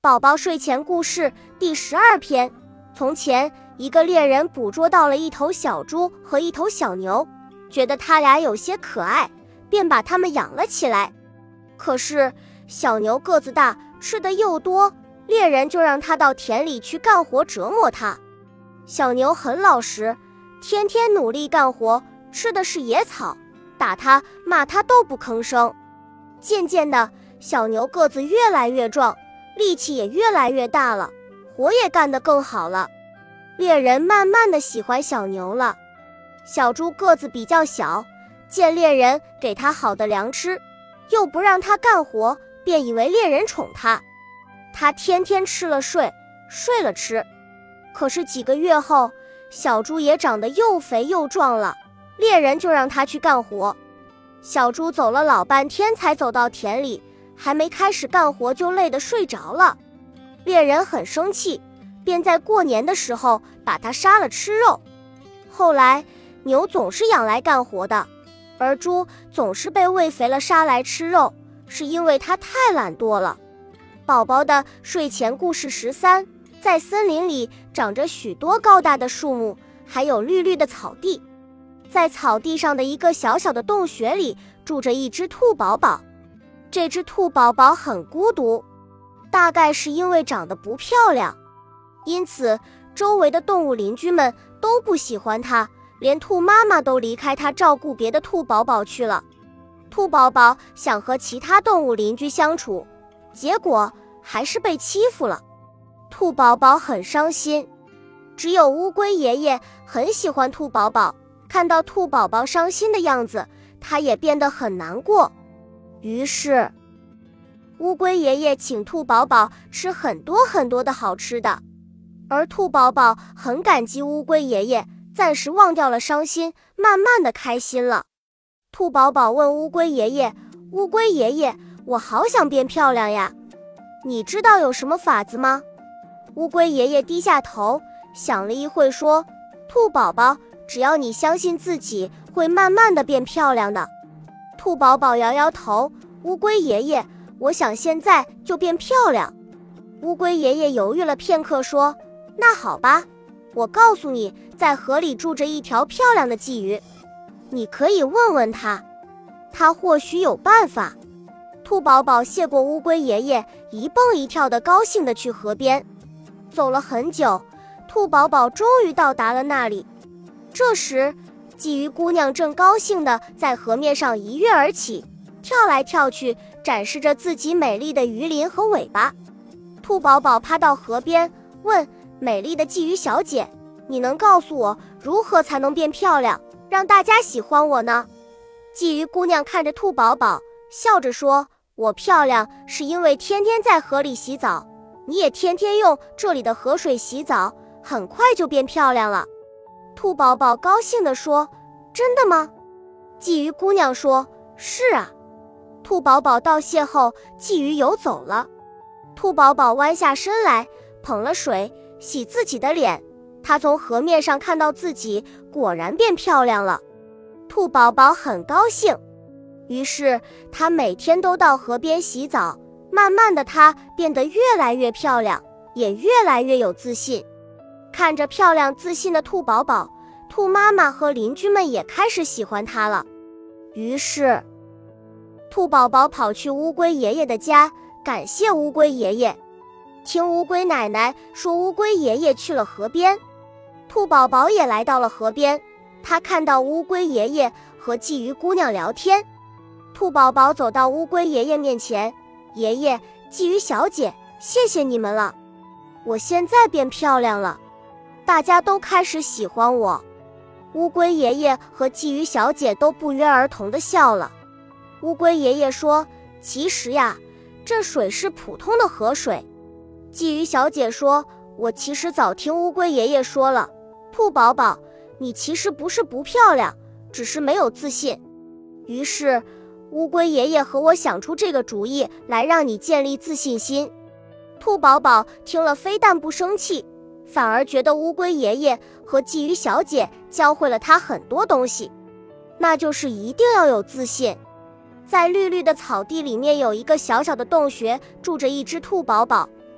宝宝睡前故事第12篇。从前，一个猎人捕捉到了一头小猪和一头小牛，觉得它俩有些可爱，便把它们养了起来。可是，小牛个子大，吃的又多，猎人就让它到田里去干活折磨它。小牛很老实，天天努力干活，吃的是野草，打它骂它都不吭声。渐渐的，小牛个子越来越壮，力气也越来越大了，活也干得更好了。猎人慢慢地喜欢小牛了。小猪个子比较小，见猎人给它好的粮吃，又不让它干活，便以为猎人宠它。它天天吃了睡，睡了吃。可是几个月后，小猪也长得又肥又壮了，猎人就让它去干活。小猪走了老半天才走到田里，还没开始干活就累得睡着了。猎人很生气，便在过年的时候把它杀了吃肉。后来牛总是养来干活的，而猪总是被喂肥了杀来吃肉，是因为它太懒惰了。宝宝的睡前故事13。在森林里长着许多高大的树木，还有绿绿的草地。在草地上的一个小小的洞穴里住着一只兔宝宝。这只兔宝宝很孤独，大概是因为长得不漂亮，因此周围的动物邻居们都不喜欢它，连兔妈妈都离开它照顾别的兔宝宝去了。兔宝宝想和其他动物邻居相处，结果还是被欺负了。兔宝宝很伤心，只有乌龟爷爷很喜欢兔宝宝，看到兔宝宝伤心的样子，他也变得很难过。于是乌龟爷爷请兔宝宝吃很多很多的好吃的，而兔宝宝很感激乌龟爷爷，暂时忘掉了伤心，慢慢的开心了。兔宝宝问乌龟爷爷，乌龟爷爷，我好想变漂亮呀，你知道有什么法子吗？乌龟爷爷低下头，想了一会说，兔宝宝，只要你相信自己，会慢慢的变漂亮的。兔宝宝摇摇头，乌龟爷爷，我想现在就变漂亮。乌龟爷爷犹豫了片刻说，那好吧，我告诉你，在河里住着一条漂亮的鲫鱼，你可以问问他，他或许有办法。兔宝宝谢过乌龟爷爷，一蹦一跳的高兴地去河边。走了很久，兔宝宝终于到达了那里。这时，鲫鱼姑娘正高兴地在河面上一跃而起，跳来跳去，展示着自己美丽的鱼鳞和尾巴。兔宝宝趴到河边，问美丽的鲫鱼小姐，你能告诉我如何才能变漂亮，让大家喜欢我呢？鲫鱼姑娘看着兔宝宝，笑着说，我漂亮是因为天天在河里洗澡，你也天天用这里的河水洗澡，很快就变漂亮了。兔宝宝高兴地说，真的吗？鲫鱼姑娘说，是啊。兔宝宝道谢后，鲫鱼游走了。兔宝宝弯下身来，捧了水洗自己的脸，他从河面上看到自己果然变漂亮了。兔宝宝很高兴，于是他每天都到河边洗澡，慢慢的他变得越来越漂亮，也越来越有自信。看着漂亮自信的兔宝宝，兔妈妈和邻居们也开始喜欢它了。于是兔宝宝跑去乌龟爷爷的家，感谢乌龟爷爷。听乌龟奶奶说乌龟爷爷去了河边，兔宝宝也来到了河边。他看到乌龟爷爷和鲫鱼姑娘聊天。兔宝宝走到乌龟爷爷面前，爷爷，鲫鱼小姐，谢谢你们了，我现在变漂亮了，大家都开始喜欢我。乌龟爷爷和鲫鱼小姐都不约而同地笑了。乌龟爷爷说，其实呀，这水是普通的河水。鲫鱼小姐说，我其实早听乌龟爷爷说了，兔宝宝，你其实不是不漂亮，只是没有自信。于是乌龟爷爷和我想出这个主意来让你建立自信心。兔宝宝听了非但不生气，反而觉得乌龟爷爷和鲫鱼小姐教会了他很多东西，那就是一定要有自信。在绿绿的草地里面有一个小小的洞穴，住着一只兔宝宝。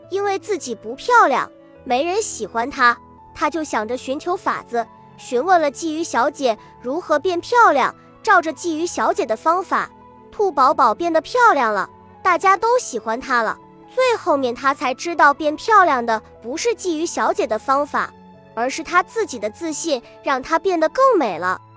因为自己不漂亮，没人喜欢她，她就想着寻求法子，询问了鲫鱼小姐如何变漂亮。照着鲫鱼小姐的方法，兔宝宝变得漂亮了，大家都喜欢她了。最后面她才知道，变漂亮的不是鲫鱼小姐的方法，而是她自己的自信让她变得更美了。